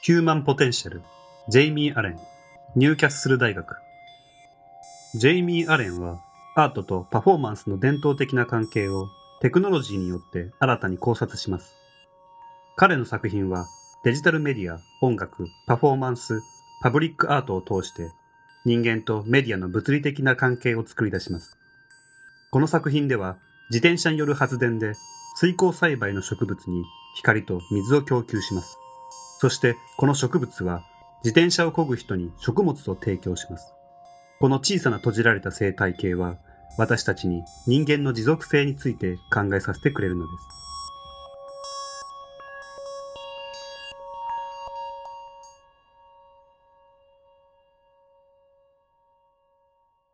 ヒューマンポテンシャル、ジェイミー・アレン、ニューキャッスル大学。ジェイミー・アレンは、アートとパフォーマンスの伝統的な関係をテクノロジーによって新たに考察します。彼の作品は、デジタルメディア、音楽、パフォーマンス、パブリックアートを通して、人間とメディアの物理的な関係を作り出します。この作品では、自転車による発電で、水耕栽培の植物に光と水を供給します。そしてこの植物は自転車を漕ぐ人に食物を提供します。この小さな閉じられた生態系は私たちに人間の持続性について考えさせてくれるのです。